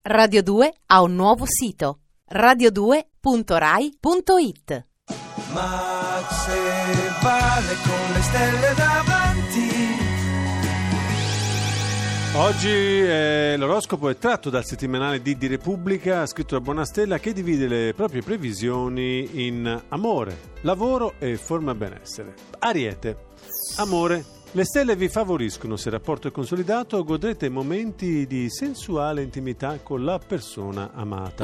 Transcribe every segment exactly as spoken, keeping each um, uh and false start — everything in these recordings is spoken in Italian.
Radio due ha un nuovo sito, radio due punto rai punto it. Ma se vale con le stelle davanti. Oggi eh, l'oroscopo è tratto dal settimanale di Di Repubblica, scritto da Buonastella, che divide le proprie previsioni in amore, lavoro e forma benessere. Ariete, amore. Le stelle vi favoriscono, se il rapporto è consolidato godrete momenti di sensuale intimità con la persona amata.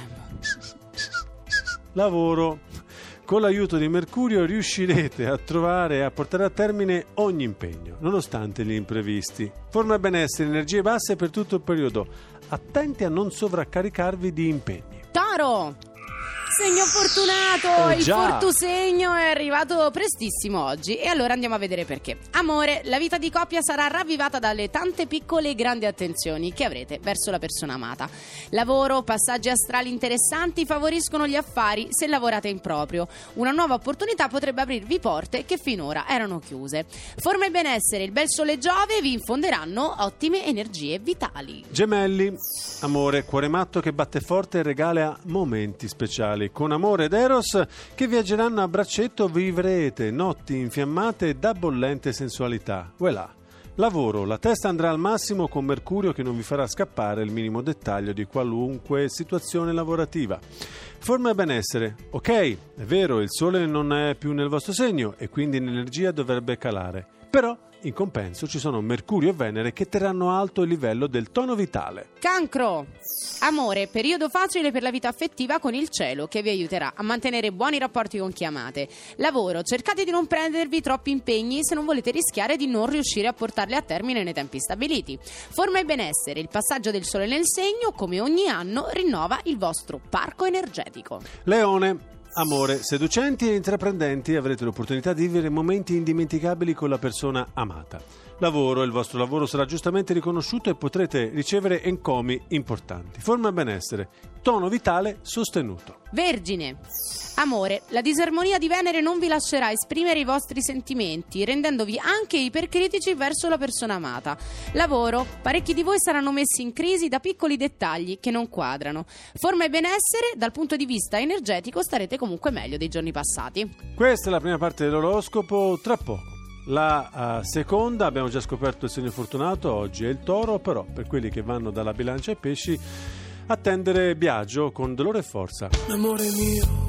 Lavoro, con l'aiuto di Mercurio riuscirete a trovare e a portare a termine ogni impegno, nonostante gli imprevisti. Forma e benessere, energie basse per tutto il periodo. Attenti a non sovraccaricarvi di impegni. Toro! Segno fortunato, Eh, il già. fortusegno è arrivato prestissimo oggi e allora andiamo a vedere perché. Amore, la vita di coppia sarà ravvivata dalle tante piccole e grandi attenzioni che avrete verso la persona amata. Lavoro, passaggi astrali interessanti favoriscono gli affari se lavorate in proprio. Una nuova opportunità potrebbe aprirvi porte che finora erano chiuse. Forma e benessere, il bel sole e Giove vi infonderanno ottime energie vitali. Gemelli, amore, cuore matto che batte forte e regala momenti speciali. Con amore ed eros che viaggeranno a braccetto vivrete notti infiammate da bollente sensualità. Voilà. Lavoro, la testa andrà al massimo con Mercurio che non vi farà scappare il minimo dettaglio di qualunque situazione lavorativa. Forma e benessere, ok, è vero, il sole non è più nel vostro segno e quindi l'energia dovrebbe calare, però in compenso ci sono Mercurio e Venere che terranno alto il livello del tono vitale. Cancro! Amore, periodo facile per la vita affettiva con il cielo che vi aiuterà a mantenere buoni rapporti con chi amate. Lavoro, cercate di non prendervi troppi impegni se non volete rischiare di non riuscire a portarli a termine nei tempi stabiliti. Forma e benessere, il passaggio del sole nel segno, come ogni anno, rinnova il vostro parco energetico. Leone, amore, seducenti e intraprendenti avrete l'opportunità di vivere momenti indimenticabili con la persona amata. Lavoro, il vostro lavoro sarà giustamente riconosciuto e potrete ricevere encomi importanti. Forma e benessere, tono vitale sostenuto. Vergine, amore, la disarmonia di Venere non vi lascerà esprimere i vostri sentimenti, rendendovi anche ipercritici verso la persona amata. Lavoro, parecchi di voi saranno messi in crisi da piccoli dettagli che non quadrano. Forma e benessere, dal punto di vista energetico starete comunque meglio dei giorni passati. Questa è la prima parte dell'oroscopo, tra poco. La uh, seconda, abbiamo già scoperto il segno fortunato, oggi è il Toro, però per quelli che vanno dalla Bilancia ai Pesci, attendere Biagio con dolore e forza. Amore mio.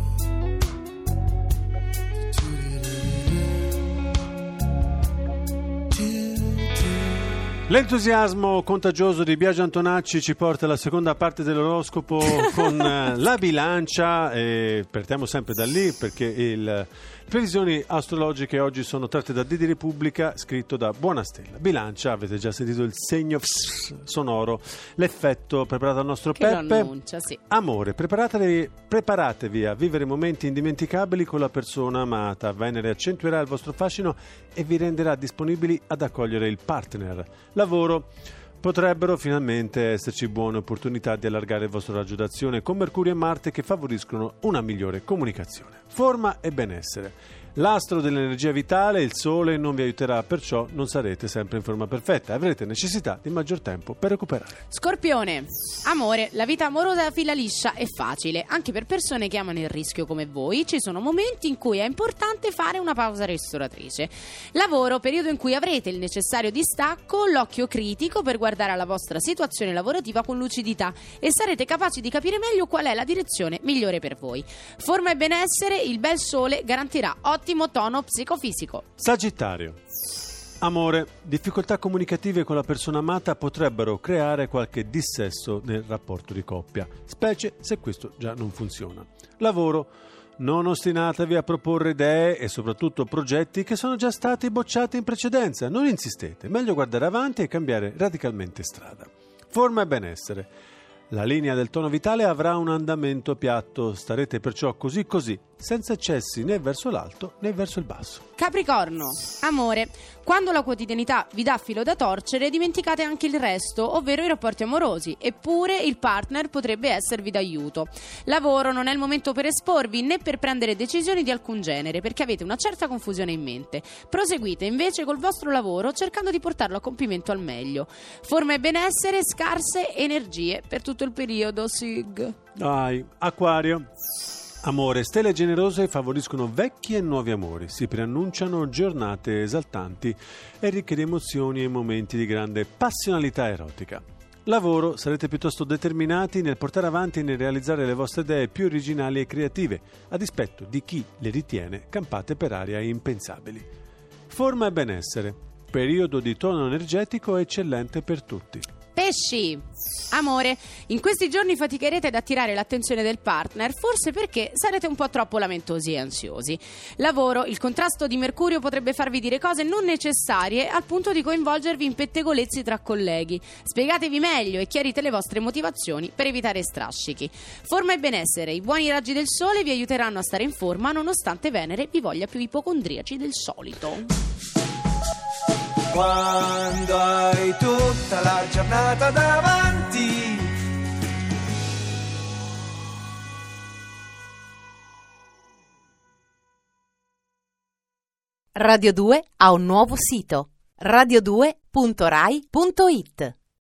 L'entusiasmo contagioso di Biagio Antonacci ci porta alla seconda parte dell'oroscopo con uh, la Bilancia e partiamo sempre da lì perché il previsioni astrologiche oggi sono tratte da Di Repubblica, scritto da Buonastella. Bilancia, avete già sentito il segno sonoro, l'effetto preparato dal nostro che Peppe. Lo annuncia, sì. Amore, preparatevi, preparatevi a vivere momenti indimenticabili con la persona amata. Venere accentuerà il vostro fascino e vi renderà disponibili ad accogliere il partner. Lavoro, potrebbero finalmente esserci buone opportunità di allargare il vostro raggio d'azione con Mercurio e Marte che favoriscono una migliore comunicazione. Forma e benessere. L'astro dell'energia vitale, il sole, non vi aiuterà, perciò non sarete sempre in forma perfetta. Avrete necessità di maggior tempo per recuperare. Scorpione, amore, la vita amorosa fila liscia è facile, anche per persone che amano il rischio come voi. Ci sono momenti in cui è importante fare una pausa ristoratrice. Lavoro, periodo in cui avrete il necessario distacco, l'occhio critico per guardare alla vostra situazione lavorativa con lucidità e sarete capaci di capire meglio qual è la direzione migliore per voi. Forma e benessere, il bel sole garantirà ottimo tono psicofisico. Sagittario. Amore, difficoltà comunicative con la persona amata potrebbero creare qualche dissesto nel rapporto di coppia, specie se questo già non funziona. Lavoro, non ostinatevi a proporre idee e soprattutto progetti che sono già stati bocciati in precedenza. Non insistete, meglio guardare avanti e cambiare radicalmente strada. Forma e benessere. La linea del tono vitale avrà un andamento piatto, starete perciò così così senza eccessi né verso l'alto né verso il basso. Capricorno, amore, quando la quotidianità vi dà filo da torcere, dimenticate anche il resto, ovvero i rapporti amorosi, eppure il partner potrebbe esservi d'aiuto. Lavoro, non è il momento per esporvi né per prendere decisioni di alcun genere, perché avete una certa confusione in mente. Proseguite invece col vostro lavoro cercando di portarlo a compimento al meglio. Forma e benessere, scarse energie per tutto il periodo, Sig. Dai, Acquario. Amore, stelle generose favoriscono vecchi e nuovi amori, si preannunciano giornate esaltanti e ricche di emozioni e momenti di grande passionalità erotica. Lavoro, sarete piuttosto determinati nel portare avanti e nel realizzare le vostre idee più originali e creative, a dispetto di chi le ritiene campate per aria e impensabili. Forma e benessere, periodo di tono energetico eccellente per tutti. Pesci, amore, in questi giorni faticherete ad attirare l'attenzione del partner, forse perché sarete un po' troppo lamentosi e ansiosi. Lavoro, il contrasto di Mercurio potrebbe farvi dire cose non necessarie al punto di coinvolgervi in pettegolezzi tra colleghi. Spiegatevi meglio e chiarite le vostre motivazioni per evitare strascichi. Forma e benessere, i buoni raggi del sole vi aiuteranno a stare in forma nonostante Venere vi voglia più ipocondriaci del solito. Quando hai tutta la giornata davanti, Radio due ha un nuovo sito, radio due punto rai punto it.